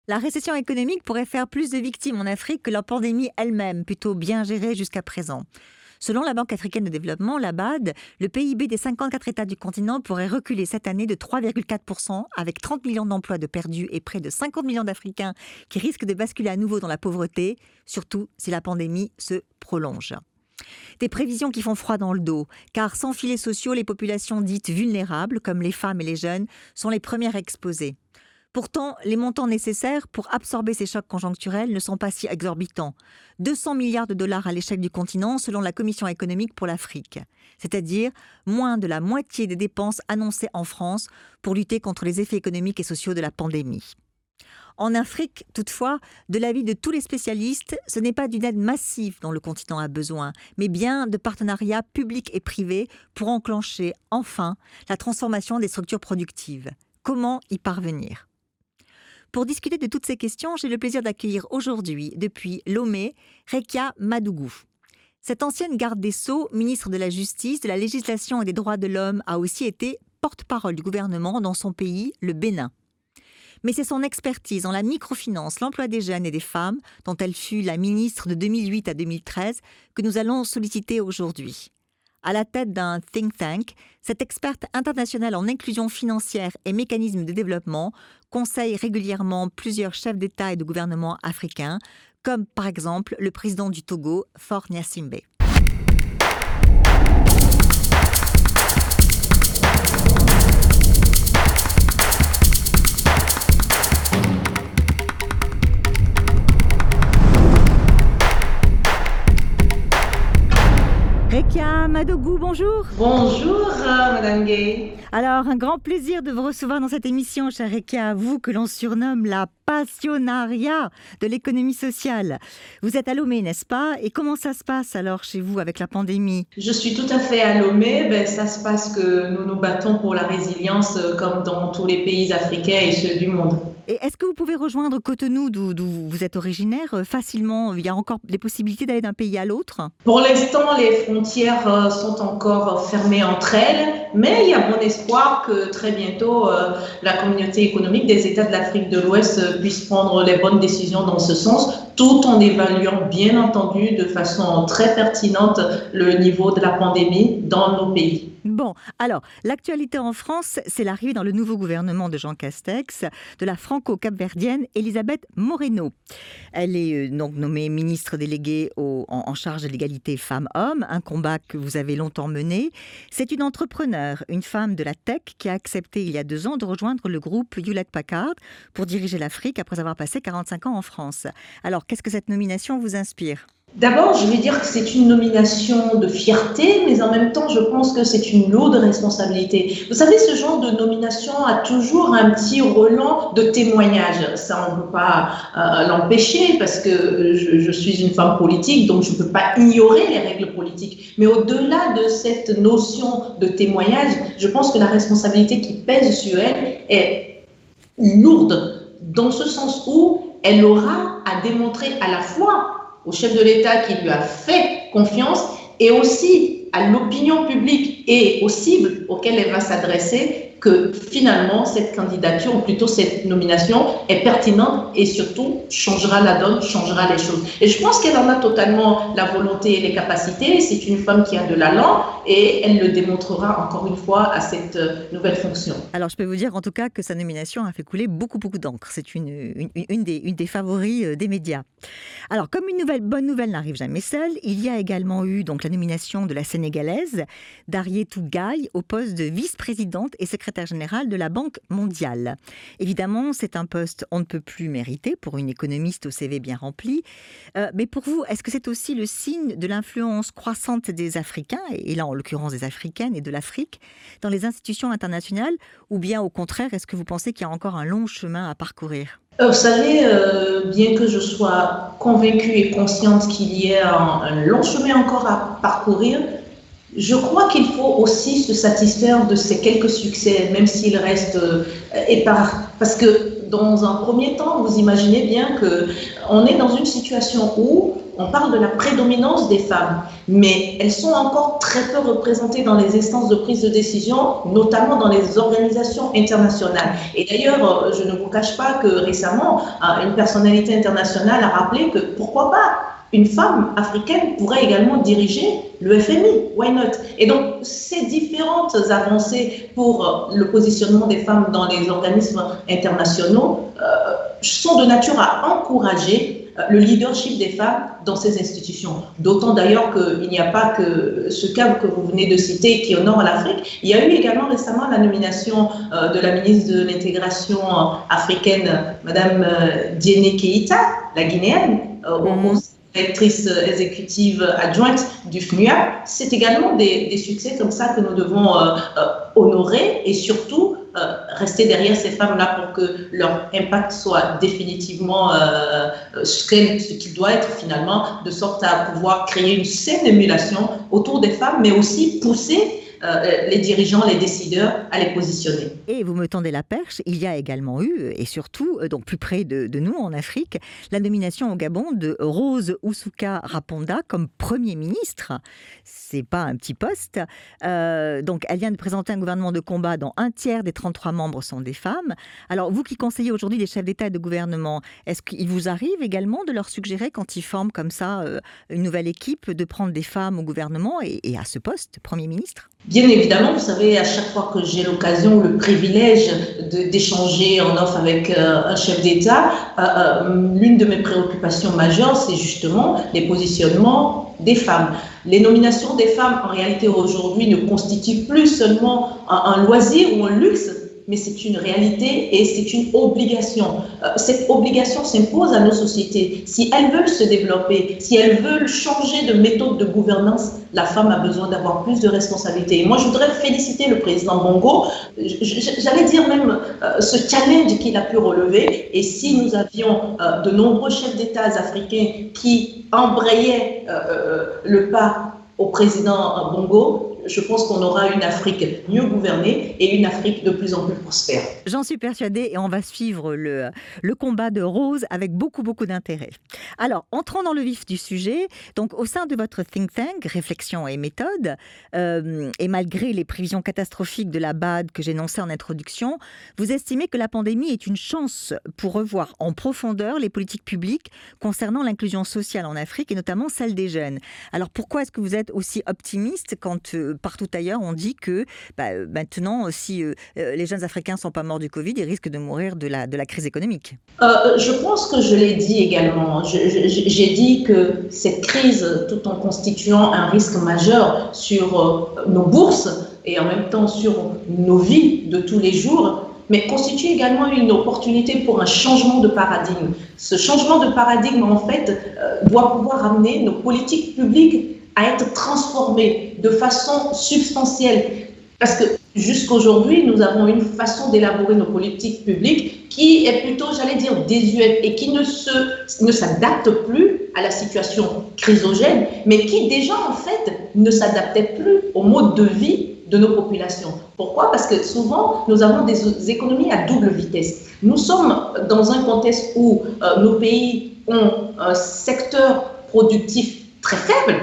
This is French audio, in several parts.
La récession économique pourrait faire plus de victimes en Afrique que la pandémie elle-même, plutôt bien gérée jusqu'à présent. Selon la Banque africaine de développement, la BAD, le PIB des 54 États du continent pourrait reculer cette année de 3,4%, avec 30 millions d'emplois de perdus et près de 50 millions d'Africains qui risquent de basculer à nouveau dans la pauvreté, surtout si la pandémie se prolonge. Des prévisions qui font froid dans le dos, car sans filets sociaux, les populations dites vulnérables, comme les femmes et les jeunes, sont les premières exposées. Pourtant, les montants nécessaires pour absorber ces chocs conjoncturels ne sont pas si exorbitants. 200 milliards de dollars à l'échelle du continent selon la Commission économique pour l'Afrique. C'est-à-dire moins de la moitié des dépenses annoncées en France pour lutter contre les effets économiques et sociaux de la pandémie. En Afrique, toutefois, de l'avis de tous les spécialistes, ce n'est pas d'une aide massive dont le continent a besoin, mais bien de partenariats publics et privés pour enclencher enfin la transformation des structures productives. Comment y parvenir ? Pour discuter de toutes ces questions, j'ai le plaisir d'accueillir aujourd'hui, depuis Lomé, Rekia Madougou. Cette ancienne garde des Sceaux, ministre de la Justice, de la Législation et des Droits de l'Homme, a aussi été porte-parole du gouvernement dans son pays, le Bénin. Mais c'est son expertise en la microfinance, l'emploi des jeunes et des femmes, dont elle fut la ministre de 2008 à 2013, que nous allons solliciter aujourd'hui. À la tête d'un think tank, cette experte internationale en inclusion financière et mécanismes de développement conseille régulièrement plusieurs chefs d'État et de gouvernement africains, comme par exemple le président du Togo, Faure Gnassingbé. Rekia Madougou, bonjour. Bonjour, Madame Gay. Alors, un grand plaisir de vous recevoir dans cette émission, chère Rekia, vous que l'on surnomme la passionnariat de l'économie sociale. Vous êtes à Lomé, n'est-ce pas? Et comment ça se passe alors chez vous avec la pandémie? Je suis tout à fait à Lomé. Ça se passe que nous nous battons pour la résilience comme dans tous les pays africains et ceux du monde. Et est-ce que vous pouvez rejoindre Cotonou, d'où vous êtes originaire, facilement? Il y a encore des possibilités d'aller d'un pays à l'autre? Pour l'instant, les frontières sont encore fermées entre elles, mais il y a bon espoir que très bientôt, la communauté économique des États de l'Afrique de l'Ouest puisse prendre les bonnes décisions dans ce sens, tout en évaluant, bien entendu, de façon très pertinente, le niveau de la pandémie dans nos pays. Bon, alors, l'actualité en France, c'est l'arrivée dans le nouveau gouvernement de Jean Castex de la franco-capverdienne Elisabeth Moreno. Elle est donc nommée ministre déléguée en charge de l'égalité femmes-hommes, un combat que vous avez longtemps mené. C'est une entrepreneure, une femme de la tech qui a accepté il y a 2 ans de rejoindre le groupe Hewlett-Packard pour diriger l'Afrique après avoir passé 45 ans en France. Alors, qu'est-ce que cette nomination vous inspire ? D'abord, je vais dire que c'est une nomination de fierté, mais en même temps, je pense que c'est une lourde responsabilité. Vous savez, ce genre de nomination a toujours un petit relent de témoignage. Ça, on ne peut pas l'empêcher parce que je suis une femme politique, donc je ne peux pas ignorer les règles politiques. Mais au-delà de cette notion de témoignage, je pense que la responsabilité qui pèse sur elle est lourde, dans ce sens où elle aura à démontrer à la fois au chef de l'État qui lui a fait confiance et aussi à l'opinion publique et aux cibles auxquelles elle va s'adresser que finalement cette candidature ou plutôt cette nomination est pertinente et surtout changera la donne, changera les choses. Et je pense qu'elle en a totalement la volonté et les capacités. C'est une femme qui a de l'allant et elle le démontrera encore une fois à cette nouvelle fonction. Alors je peux vous dire en tout cas que sa nomination a fait couler beaucoup d'encre. C'est une des favoris des médias. Alors comme une bonne nouvelle n'arrive jamais seule, il y a également eu donc la nomination de la Sénégalaise Darietou Gaye au poste de vice-présidente et secrétaire générale de la Banque mondiale. Évidemment, c'est un poste on ne peut plus mériter pour une économiste au CV bien rempli. Mais pour vous, est-ce que c'est aussi le signe de l'influence croissante des Africains, et là en l'occurrence des Africaines et de l'Afrique, dans les institutions internationales, ou bien au contraire, est-ce que vous pensez qu'il y a encore un long chemin à parcourir ? Vous savez, bien que je sois convaincue et consciente qu'il y ait un long chemin encore à parcourir, je crois qu'il faut aussi se satisfaire de ces quelques succès, même s'ils restent épars. Parce que dans un premier temps, vous imaginez bien qu'on est dans une situation où on parle de la prédominance des femmes, mais elles sont encore très peu représentées dans les instances de prise de décision, notamment dans les organisations internationales. Et d'ailleurs, je ne vous cache pas que récemment, une personnalité internationale a rappelé que pourquoi pas une femme africaine pourrait également diriger le FMI, why not? Et donc, ces différentes avancées pour le positionnement des femmes dans les organismes internationaux sont de nature à encourager le leadership des femmes dans ces institutions. D'autant d'ailleurs qu'il n'y a pas que ce cas que vous venez de citer qui honore l'Afrique. Il y a eu également récemment la nomination de la ministre de l'intégration africaine, Madame Diéné Keïta, la Guinéenne, au directrice exécutive adjointe du FNUAP. C'est également des succès comme ça que nous devons honorer et surtout rester derrière ces femmes-là pour que leur impact soit définitivement ce qu'il doit être finalement, de sorte à pouvoir créer une saine émulation autour des femmes, mais aussi pousser les dirigeants, les décideurs à les positionner. Et vous me tendez la perche, il y a également eu, et surtout, donc plus près de nous en Afrique, la nomination au Gabon de Rose Ousouka Raponda comme Premier ministre. C'est pas un petit poste. Donc elle vient de présenter un gouvernement de combat dont un tiers des 33 membres sont des femmes. Alors vous qui conseillez aujourd'hui les chefs d'État et de gouvernement, est-ce qu'il vous arrive également de leur suggérer, quand ils forment comme ça une nouvelle équipe, de prendre des femmes au gouvernement et à ce poste, Premier ministre ? Bien évidemment, vous savez, à chaque fois que j'ai l'occasion, le privilège d'échanger en off avec un chef d'État, l'une de mes préoccupations majeures, c'est justement les positionnements des femmes. Les nominations des femmes, en réalité, aujourd'hui, ne constituent plus seulement un loisir ou un luxe, mais c'est une réalité et c'est une obligation. Cette obligation s'impose à nos sociétés. Si elles veulent se développer, si elles veulent changer de méthode de gouvernance, la femme a besoin d'avoir plus de responsabilités. Et moi, je voudrais féliciter le président Bongo, j'allais dire même ce challenge qu'il a pu relever. Et si nous avions de nombreux chefs d'État africains qui embrayaient le pas au président Bongo, je pense qu'on aura une Afrique mieux gouvernée et une Afrique de plus en plus prospère. J'en suis persuadée et on va suivre le combat de Rose avec beaucoup d'intérêt. Alors, entrons dans le vif du sujet. Donc, au sein de votre think tank, Réflexion et Méthode, et malgré les prévisions catastrophiques de la BAD que j'énonçais en introduction, vous estimez que la pandémie est une chance pour revoir en profondeur les politiques publiques concernant l'inclusion sociale en Afrique et notamment celle des jeunes. Alors, pourquoi est-ce que vous êtes aussi optimiste quand partout ailleurs on dit que maintenant, si les jeunes Africains ne sont pas morts du Covid, ils risquent de mourir de la crise économique? Je pense que je l'ai dit également. J'ai dit que cette crise, tout en constituant un risque majeur sur nos bourses et en même temps sur nos vies de tous les jours, mais constitue également une opportunité pour un changement de paradigme. Ce changement de paradigme, en fait, doit pouvoir amener nos politiques publiques à être transformées de façon substantielle. Parce que jusqu'aujourd'hui, nous avons une façon d'élaborer nos politiques publiques qui est plutôt, j'allais dire, désuète et qui ne s'adapte plus à la situation chrysogène, mais qui déjà, en fait, ne s'adaptait plus au mode de vie de nos populations. Pourquoi? Parce que souvent, nous avons des économies à double vitesse. Nous sommes dans un contexte où nos pays ont un secteur productif très faible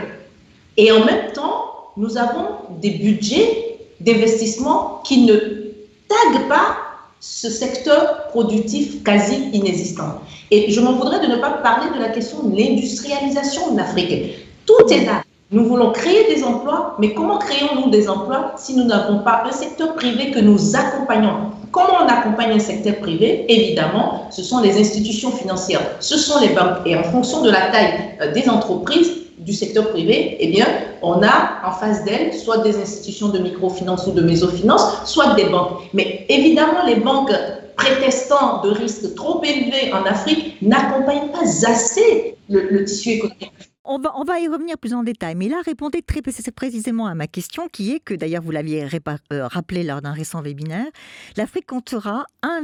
et en même temps, nous avons des budgets d'investissement qui ne taguent pas ce secteur productif quasi inexistant. Et je m'en voudrais de ne pas parler de la question de l'industrialisation de l'Afrique. Tout est là. Nous voulons créer des emplois, mais comment créons-nous des emplois si nous n'avons pas un secteur privé que nous accompagnons? Comment on accompagne un secteur privé? Évidemment, ce sont les institutions financières, ce sont les banques. Et en fonction de la taille des entreprises, du secteur privé, eh bien, on a en face d'elles soit des institutions de microfinance ou de mésofinance, soit des banques. Mais évidemment, les banques prétestant de risques trop élevés en Afrique n'accompagnent pas assez le tissu économique. On va y revenir plus en détail, mais là, répondez très précisément à ma question, qui est que, d'ailleurs, vous l'aviez rappelé lors d'un récent webinaire, l'Afrique comptera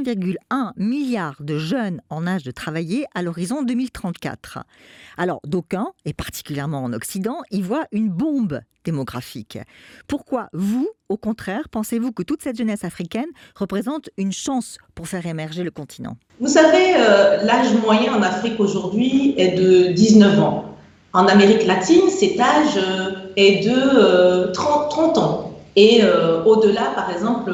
1,1 milliard de jeunes en âge de travailler à l'horizon 2034. Alors, d'aucuns, et particulièrement en Occident, y voient une bombe démographique. Pourquoi vous, au contraire, pensez-vous que toute cette jeunesse africaine représente une chance pour faire émerger le continent? Vous savez, l'âge moyen en Afrique aujourd'hui est de 19 ans. En Amérique latine, cet âge est de 30 ans. Et au-delà, par exemple,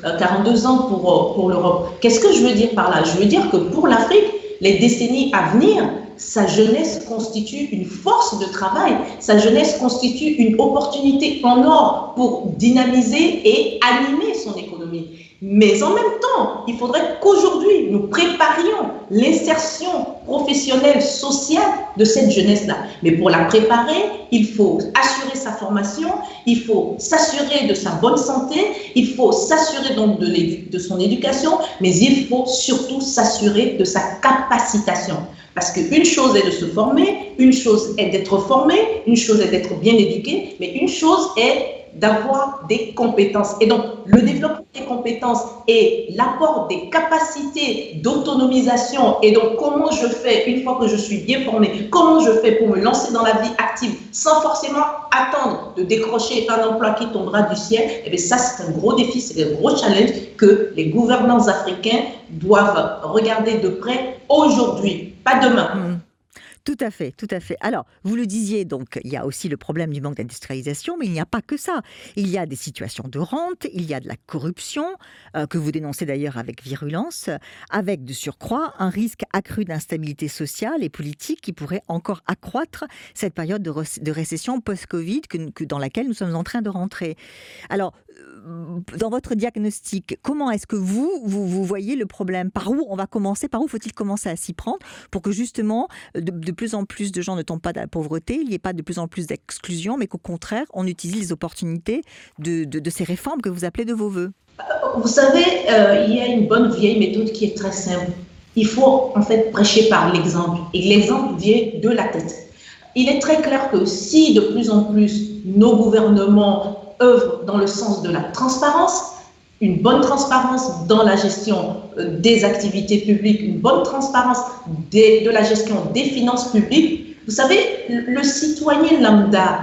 42 ans pour l'Europe. Qu'est-ce que je veux dire par là? Je veux dire que pour l'Afrique, les décennies à venir, sa jeunesse constitue une force de travail, sa jeunesse constitue une opportunité en or pour dynamiser et animer son économie. Mais en même temps, il faudrait qu'aujourd'hui, nous préparions l'insertion professionnelle, sociale de cette jeunesse-là. Mais pour la préparer, il faut assurer sa formation, il faut s'assurer de sa bonne santé, il faut s'assurer donc de son éducation, mais il faut surtout s'assurer de sa capacitation. Parce qu'une chose est de se former, une chose est d'être formé, une chose est d'être bien éduqué, mais une chose est d'avoir des compétences. Et donc, le développement des compétences et l'apport des capacités d'autonomisation, et donc comment je fais, une fois que je suis bien formé, comment je fais pour me lancer dans la vie active sans forcément attendre de décrocher un emploi qui tombera du ciel, et bien ça, c'est un gros défi, c'est un gros challenge que les gouvernants africains doivent regarder de près aujourd'hui, pas demain. Tout à fait, tout à fait. Alors, vous le disiez, donc, il y a aussi le problème du manque d'industrialisation, mais il n'y a pas que ça. Il y a des situations de rente, il y a de la corruption, que vous dénoncez d'ailleurs avec virulence, avec de surcroît un risque accru d'instabilité sociale et politique qui pourrait encore accroître cette période de récession post-Covid dans laquelle nous sommes en train de rentrer. Alors, dans votre diagnostic, comment est-ce que vous voyez le problème? Par où on va commencer? Par où faut-il commencer à s'y prendre pour que justement de plus en plus de gens ne tombent pas dans la pauvreté, il n'y ait pas de plus en plus d'exclusion, mais qu'au contraire, on utilise les opportunités de ces réformes que vous appelez de vos voeux? Vous savez, il y a une bonne vieille méthode qui est très simple. Il faut en fait prêcher par l'exemple. Et l'exemple vient de la tête. Il est très clair que si de plus en plus nos gouvernements œuvrent dans le sens de la transparence, une bonne transparence dans la gestion des activités publiques, une bonne transparence de la gestion des finances publiques. Vous savez, le citoyen lambda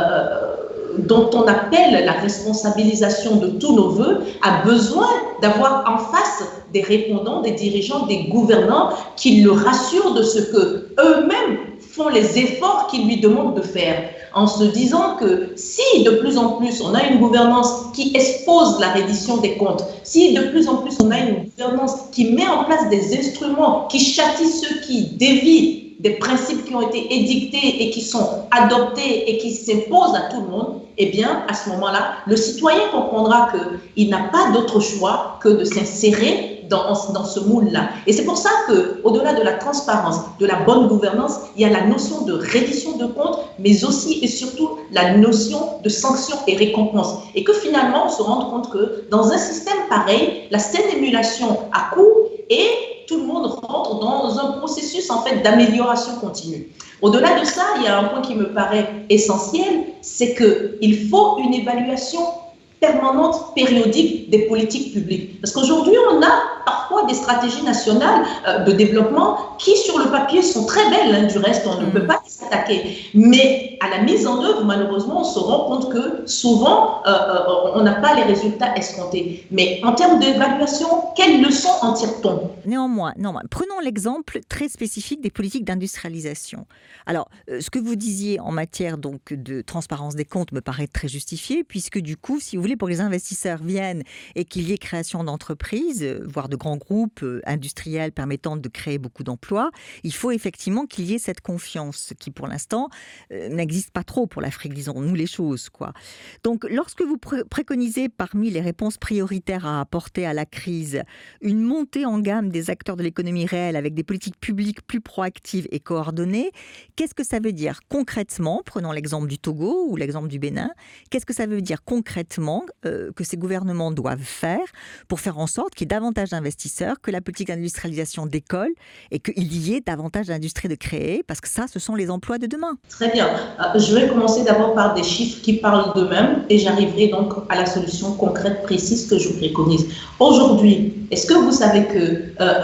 dont on appelle la responsabilisation de tous nos voeux a besoin d'avoir en face des répondants, des dirigeants, des gouvernants qui le rassurent de ce que eux-mêmes font les efforts qu'ils lui demandent de faire, en se disant que si de plus en plus on a une gouvernance qui expose la reddition des comptes, si de plus en plus on a une gouvernance qui met en place des instruments qui châtient ceux qui dévient des principes qui ont été édictés et qui sont adoptés et qui s'imposent à tout le monde, eh bien, à ce moment-là, le citoyen comprendra qu'il n'a pas d'autre choix que de s'insérer dans ce moule-là. Et c'est pour ça qu'au-delà de la transparence, de la bonne gouvernance, il y a la notion de reddition de comptes, mais aussi et surtout la notion de sanction et récompense. Et que finalement, on se rende compte que dans un système pareil, la saine émulation à court et tout le monde rentre dans un processus en fait d'amélioration continue. Au-delà de ça, il y a un point qui me paraît essentiel, c'est qu'il faut une évaluation permanente, périodique des politiques publiques. Parce qu'aujourd'hui, on a parfois des stratégies nationales de développement qui, sur le papier, sont très belles. Hein, du reste, on ne peut pas s'attaquer. Mais à la mise en œuvre, malheureusement, on se rend compte que souvent, on n'a pas les résultats escomptés. Mais en termes d'évaluation, quelles leçons en tire-t-on? Néanmoins, prenons l'exemple très spécifique des politiques d'industrialisation. Alors, ce que vous disiez en matière donc de transparence des comptes me paraît très justifié, puisque du coup, si vous voulez, pour que les investisseurs viennent et qu'il y ait création d'entreprises, voire de grands groupes industriels permettant de créer beaucoup d'emplois, il faut effectivement qu'il y ait cette confiance qui, pour l'instant, n'existe pas trop pour l'Afrique, disons-nous les choses, quoi. Donc, lorsque vous préconisez parmi les réponses prioritaires à apporter à la crise, une montée en gamme des acteurs de l'économie réelle avec des politiques publiques plus proactives et coordonnées, qu'est-ce que ça veut dire concrètement? Prenons l'exemple du Togo ou l'exemple du Bénin. Qu'est-ce que ça veut dire concrètement que ces gouvernements doivent faire pour faire en sorte qu'il y ait davantage d'investisseurs, que la politique d'industrialisation décolle et qu'il y ait davantage d'industries de créer? Parce que ça, ce sont les emplois de demain. Très bien. Je vais commencer d'abord par des chiffres qui parlent d'eux-mêmes et j'arriverai donc à la solution concrète, précise que je préconise. Aujourd'hui, est-ce que vous savez que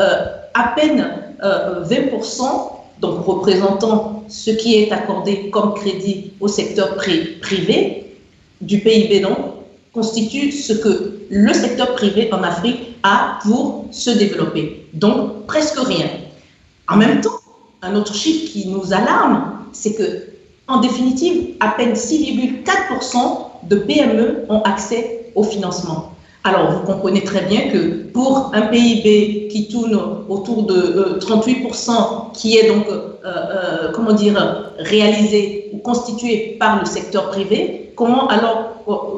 à peine 20%, donc représentant ce qui est accordé comme crédit au secteur privé du PIB, donc, constitue ce que le secteur privé en Afrique a pour se développer. Donc, presque rien. En même temps, un autre chiffre qui nous alarme, c'est que En définitive, à peine 6,4% de PME ont accès au financement. Alors, vous comprenez très bien que pour un PIB qui tourne autour de 38%, qui est donc, réalisé ou constitué par le secteur privé, comment alors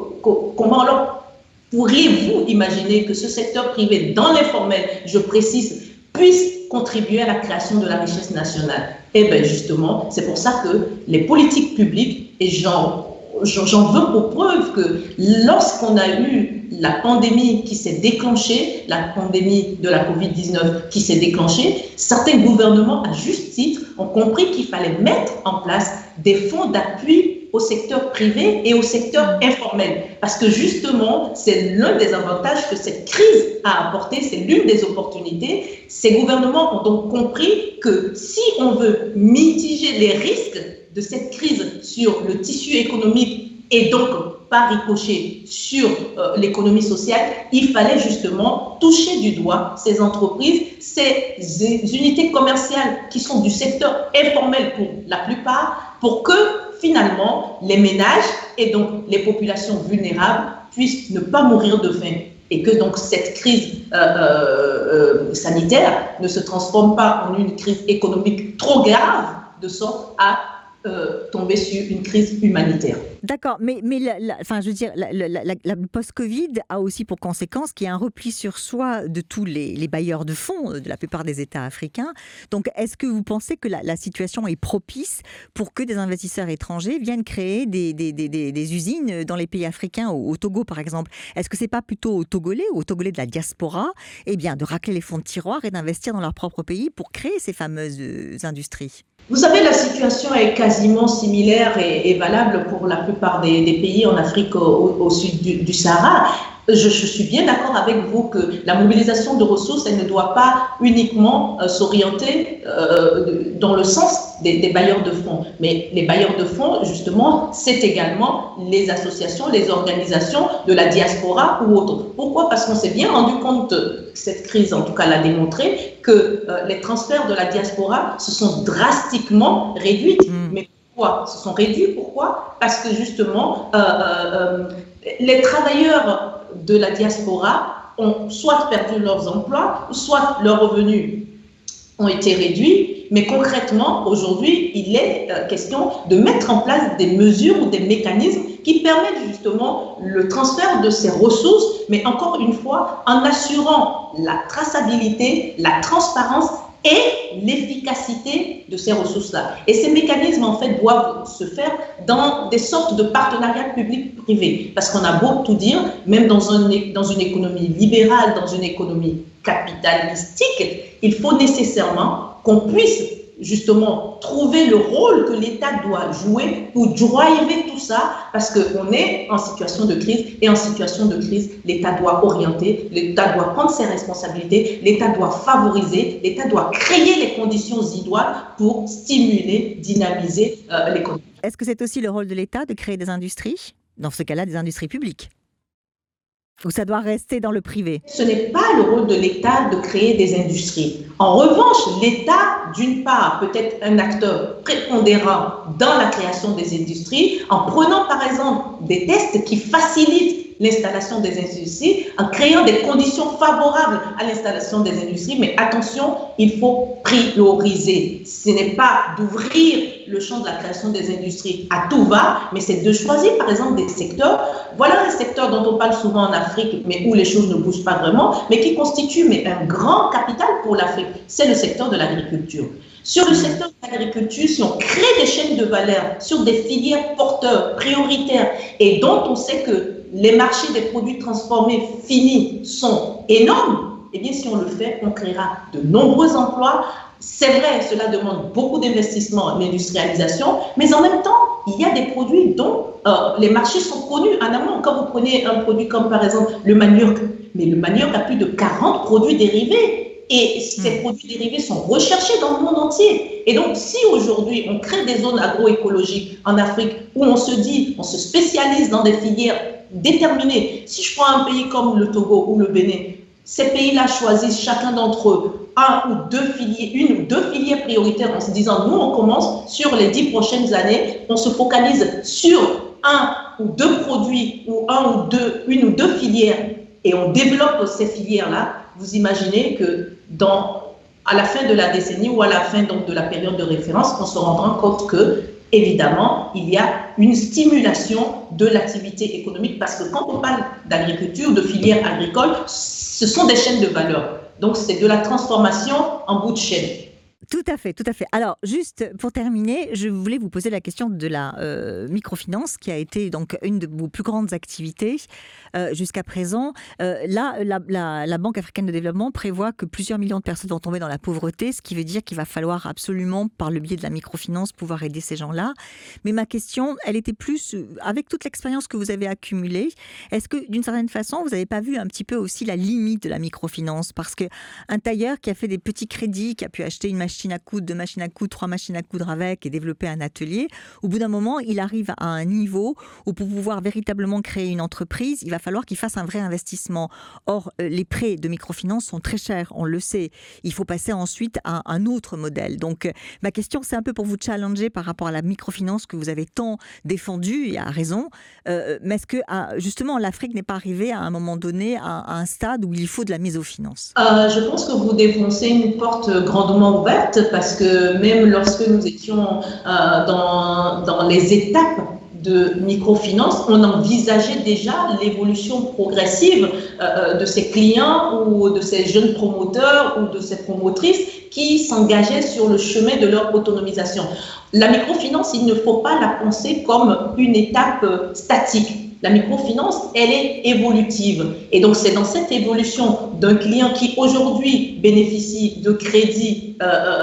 pourriez-vous imaginer que ce secteur privé, dans l'informel, je précise, puisse contribuer à la création de la richesse nationale? Eh bien, justement, c'est pour ça que les politiques publiques, et j'en veux pour preuve que lorsqu'on a eu la pandémie qui s'est déclenchée, la pandémie de la Covid-19 qui s'est déclenchée, certains gouvernements, à juste titre, ont compris qu'il fallait mettre en place des fonds d'appui au secteur privé et au secteur informel. Parce que justement, c'est l'un des avantages que cette crise a apporté, c'est l'une des opportunités. Ces gouvernements ont donc compris que si on veut mitiger les risques de cette crise sur le tissu économique et donc par ricochet sur l'économie sociale, il fallait justement toucher du doigt ces entreprises, ces unités commerciales qui sont du secteur informel pour la plupart, pour que finalement les ménages et donc les populations vulnérables puissent ne pas mourir de faim et que donc cette crise sanitaire ne se transforme pas en une crise économique trop grave de sorte à tomber sur une crise humanitaire. D'accord, mais la post-Covid a aussi pour conséquence qu'il y a un repli sur soi de tous les bailleurs de fonds de la plupart des États africains. Donc, est-ce que vous pensez que la situation est propice pour que des investisseurs étrangers viennent créer des usines dans les pays africains, au Togo par exemple? Est-ce que c'est pas plutôt aux Togolais de la diaspora, de racler les fonds de tiroir et d'investir dans leur propre pays pour créer ces fameuses industries? Vous savez, la situation est quasiment similaire et valable pour la plupart des pays en Afrique au sud du Sahara. Je suis bien d'accord avec vous que la mobilisation de ressources, elle ne doit pas uniquement s'orienter dans le sens des bailleurs de fonds. Mais les bailleurs de fonds, justement, c'est également les associations, les organisations de la diaspora ou autres. Pourquoi? Parce qu'on s'est bien rendu compte, cette crise en tout cas l'a démontré, que les transferts de la diaspora se sont drastiquement réduits. Mais pourquoi? Se sont réduits, pourquoi? Parce que justement, les travailleurs de la diaspora ont soit perdu leurs emplois, soit leurs revenus ont été réduits. Mais concrètement, aujourd'hui, il est question de mettre en place des mesures ou des mécanismes qui permettent justement le transfert de ces ressources, mais encore une fois, en assurant la traçabilité, la transparence et l'efficacité de ces ressources-là. Et ces mécanismes, en fait, doivent se faire dans des sortes de partenariats public-privé. Parce qu'on a beau tout dire, même dans une économie libérale, dans une économie capitalistique, il faut nécessairement qu'on puisse justement trouver le rôle que l'État doit jouer pour driver tout ça, parce qu'on est en situation de crise, et en situation de crise, l'État doit orienter, l'État doit prendre ses responsabilités, l'État doit favoriser, l'État doit créer les conditions idoines pour stimuler, dynamiser l'économie. Est-ce que c'est aussi le rôle de l'État de créer des industries? Dans ce cas-là, des industries publiques? Ou ça doit rester dans le privé? Ce n'est pas le rôle de l'État de créer des industries. En revanche, l'État, d'une part, peut être un acteur prépondérant dans la création des industries, en prenant par exemple des tests qui facilitent l'installation des industries, en créant des conditions favorables à l'installation des industries. Mais attention, il faut prioriser. Ce n'est pas d'ouvrir le champ de la création des industries à tout va, mais c'est de choisir par exemple des secteurs. Voilà les secteurs dont on parle souvent en Afrique, mais où les choses ne bougent pas vraiment, mais qui constituent un grand capital pour l'Afrique. C'est le secteur de l'agriculture. Sur le secteur de l'agriculture, si on crée des chaînes de valeur sur des filières porteurs prioritaires et dont on sait que les marchés des produits transformés finis sont énormes, eh bien si on le fait, on créera de nombreux emplois. C'est vrai, cela demande beaucoup d'investissement en industrialisation, mais en même temps, il y a des produits dont les marchés sont connus en amont. Quand vous prenez un produit comme par exemple le manioc, mais le manioc a plus de 40 produits dérivés. Et ces produits dérivés sont recherchés dans le monde entier. Et donc, si aujourd'hui, on crée des zones agroécologiques en Afrique où on se spécialise dans des filières déterminées. Si je prends un pays comme le Togo ou le Bénin, ces pays-là choisissent chacun d'entre eux une ou deux filières prioritaires en se disant, nous, on commence sur les 10 prochaines années, on se focalise sur un ou deux produits ou une ou deux filières et on développe ces filières-là, vous imaginez que à la fin de la décennie ou à la fin donc, de la période de référence, on se rendra compte que, évidemment, il y a une stimulation de l'activité économique parce que quand on parle d'agriculture, de filière agricole, ce sont des chaînes de valeur. Donc, c'est de la transformation en bout de chaîne. Tout à fait, tout à fait. Alors, juste pour terminer, je voulais vous poser la question de la microfinance, qui a été donc une de vos plus grandes activités jusqu'à présent. Là, la Banque africaine de développement prévoit que plusieurs millions de personnes vont tomber dans la pauvreté, ce qui veut dire qu'il va falloir absolument, par le biais de la microfinance, pouvoir aider ces gens-là. Mais ma question, elle était plus, avec toute l'expérience que vous avez accumulée, est-ce que d'une certaine façon, vous n'avez pas vu un petit peu aussi la limite de la microfinance? Parce qu'un tailleur qui a fait des petits crédits, qui a pu acheter une machine à coudre, 2 machines à coudre, 3 machines à coudre avec et développer un atelier, au bout d'un moment, il arrive à un niveau où pour pouvoir véritablement créer une entreprise, il va falloir qu'il fasse un vrai investissement. Or, les prêts de microfinance sont très chers, on le sait. Il faut passer ensuite à un autre modèle. Donc, ma question, c'est un peu pour vous challenger par rapport à la microfinance que vous avez tant défendue, et à raison. Mais est-ce que, justement, l'Afrique n'est pas arrivée à un moment donné à un stade où il faut de la mésofinance? Je pense que vous défoncez une porte grandement ouverte parce que même lorsque nous étions dans les étapes de microfinance, on envisageait déjà l'évolution progressive de ces clients ou de ces jeunes promoteurs ou de ces promotrices qui s'engageaient sur le chemin de leur autonomisation. La microfinance, il ne faut pas la penser comme une étape statique. La microfinance, elle est évolutive. Et donc, c'est dans cette évolution d'un client qui aujourd'hui bénéficie de crédits,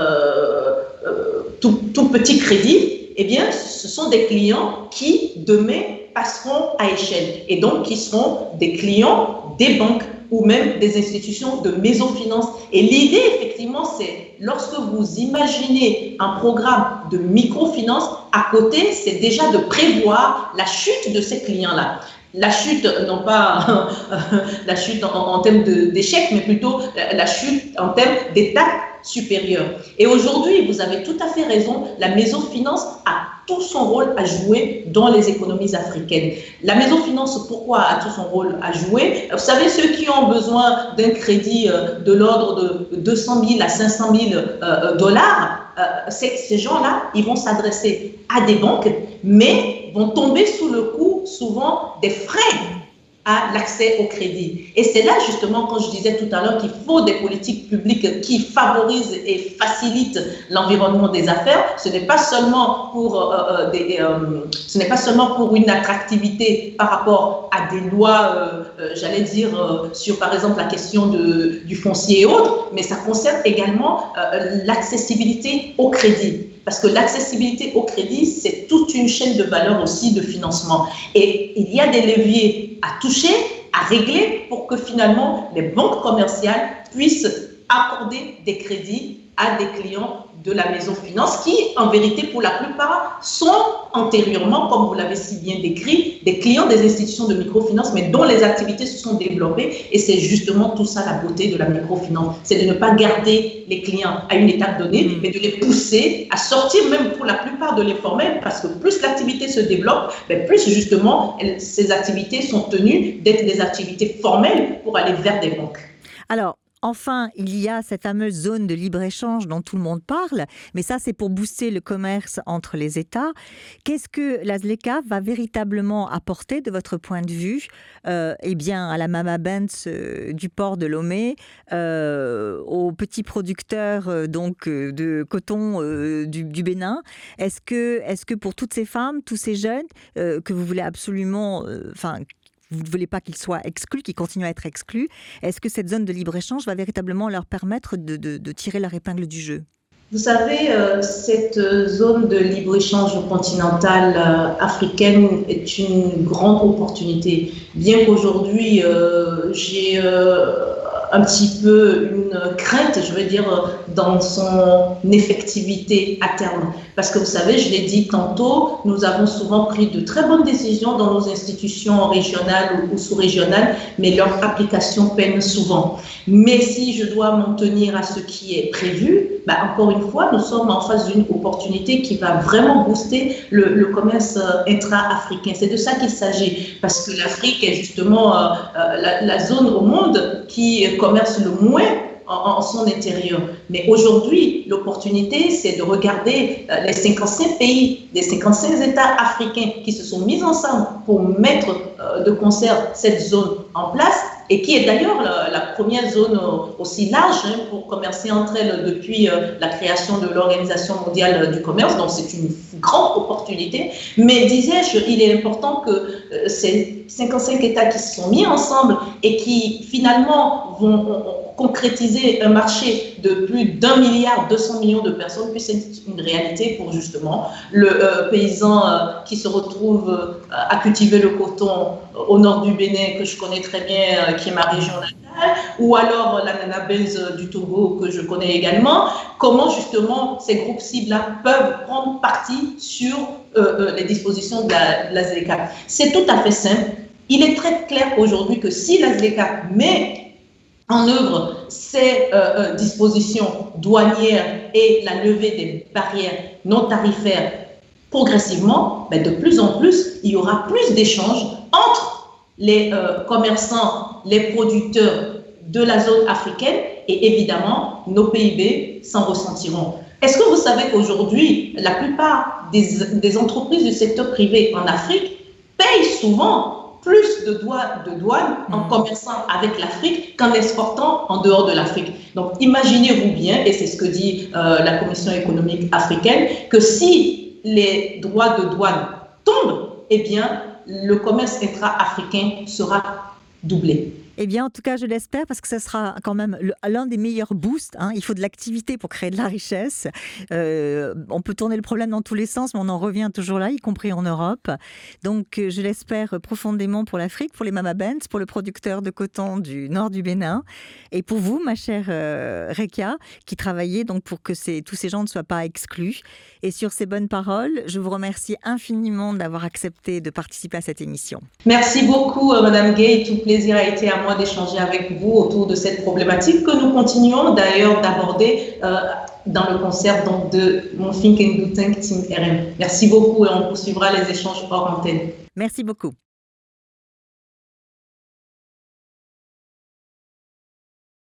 tout petit crédit, eh bien, ce sont des clients qui, demain, passeront à échelle et donc qui seront des clients des banques ou même des institutions de mésofinance. Et l'idée, effectivement, c'est lorsque vous imaginez un programme de microfinance, à côté, c'est déjà de prévoir la chute de ces clients-là. La chute, non pas la chute en termes d'échec, mais plutôt la chute en termes d'étape supérieure. Et aujourd'hui, vous avez tout à fait raison, la mésofinance a tout son rôle à jouer dans les économies africaines. La mésofinance, pourquoi a tout son rôle à jouer? Vous savez, ceux qui ont besoin d'un crédit de l'ordre de 200 000 à 500 000 dollars, ces gens-là, ils vont s'adresser à des banques, mais vont tomber sous le coup souvent des frais à l'accès au crédit. Et c'est là justement quand je disais tout à l'heure qu'il faut des politiques publiques qui favorisent et facilitent l'environnement des affaires. Ce n'est pas seulement pour une attractivité par rapport à des lois, j'allais dire sur par exemple la question du foncier et autres, mais ça concerne également l'accessibilité au crédit. Parce que l'accessibilité au crédit, c'est toute une chaîne de valeur aussi de financement. Et il y a des leviers à toucher, à régler pour que finalement les banques commerciales puissent accorder des crédits à des clients de la mésofinance qui, en vérité, pour la plupart, sont antérieurement, comme vous l'avez si bien décrit, des clients des institutions de microfinance, mais dont les activités se sont développées. Et c'est justement tout ça la beauté de la microfinance. C'est de ne pas garder les clients à une étape donnée, mais de les pousser à sortir même pour la plupart de l'informel, parce que plus l'activité se développe, plus justement ces activités sont tenues d'être des activités formelles pour aller vers des banques. Alors, enfin, il y a cette fameuse zone de libre-échange dont tout le monde parle, mais ça, c'est pour booster le commerce entre les États. Qu'est-ce que la ZLECA va véritablement apporter, de votre point de vue, eh bien, à la Mama Benz du port de Lomé, aux petits producteurs de coton du Bénin? Est-ce que pour toutes ces femmes, tous ces jeunes que vous voulez absolument... vous ne voulez pas qu'ils soient exclus, qu'ils continuent à être exclus. Est-ce que cette zone de libre-échange va véritablement leur permettre de tirer leur épingle du jeu? Vous savez, cette zone de libre-échange continentale africaine est une grande opportunité. Bien qu'aujourd'hui, j'ai un petit peu une crainte, je veux dire, dans son effectivité à terme. Parce que vous savez, je l'ai dit tantôt, nous avons souvent pris de très bonnes décisions dans nos institutions régionales ou sous-régionales, mais leur application peine souvent. Mais si je dois m'en tenir à ce qui est prévu, encore une fois, nous sommes en face d'une opportunité qui va vraiment booster le commerce intra-africain. C'est de ça qu'il s'agit, parce que l'Afrique est justement la zone au monde qui commerce le moins en son intérieur. Mais aujourd'hui, l'opportunité, c'est de regarder les 55 pays, les 55 États africains qui se sont mis ensemble pour mettre de concert cette zone en place, et qui est d'ailleurs la première zone aussi large pour commercer entre elles depuis la création de l'Organisation mondiale du commerce. Donc c'est une grande opportunité. Mais disais-je, il est important que ces 55 États qui se sont mis ensemble et qui finalement vont concrétiser un marché de plus d'1,2 milliard de personnes puisse être une réalité pour justement le paysan qui se retrouve à cultiver le coton au nord du Bénin, que je connais très bien, qui est ma région natale, ou alors l'ananabaise du Togo, que je connais également. Comment justement ces groupes cibles-là peuvent prendre parti sur les dispositions de la ZLECAf. C'est tout à fait simple. Il est très clair aujourd'hui que si la ZLECAf met en œuvre ces dispositions douanières et la levée des barrières non tarifaires progressivement, de plus en plus, il y aura plus d'échanges entre les commerçants, les producteurs de la zone africaine et évidemment, nos PIB s'en ressentiront. Est-ce que vous savez qu'aujourd'hui, la plupart des entreprises du secteur privé en Afrique payent souvent plus de douane en commerçant avec l'Afrique qu'en exportant en dehors de l'Afrique. Donc, imaginez-vous bien, et c'est ce que dit la Commission économique africaine, que si les droits de douane tombent, eh bien, le commerce intra-africain sera doublé. Eh bien, en tout cas, je l'espère, parce que ce sera quand même l'un des meilleurs boosts. Il faut de l'activité pour créer de la richesse. On peut tourner le problème dans tous les sens, mais on en revient toujours là, y compris en Europe. Donc, je l'espère profondément pour l'Afrique, pour les Mama Benz, pour le producteur de coton du nord du Bénin, et pour vous, ma chère Rekia, qui travaillez donc pour que tous ces gens ne soient pas exclus. Et sur ces bonnes paroles, je vous remercie infiniment d'avoir accepté de participer à cette émission. Merci beaucoup, Madame Gay. Tout plaisir a été à moi d'échanger avec vous autour de cette problématique que nous continuons d'ailleurs d'aborder dans le concert de mon Think and Do Tank Team RM. Merci beaucoup et on poursuivra les échanges hors antenne. Merci beaucoup.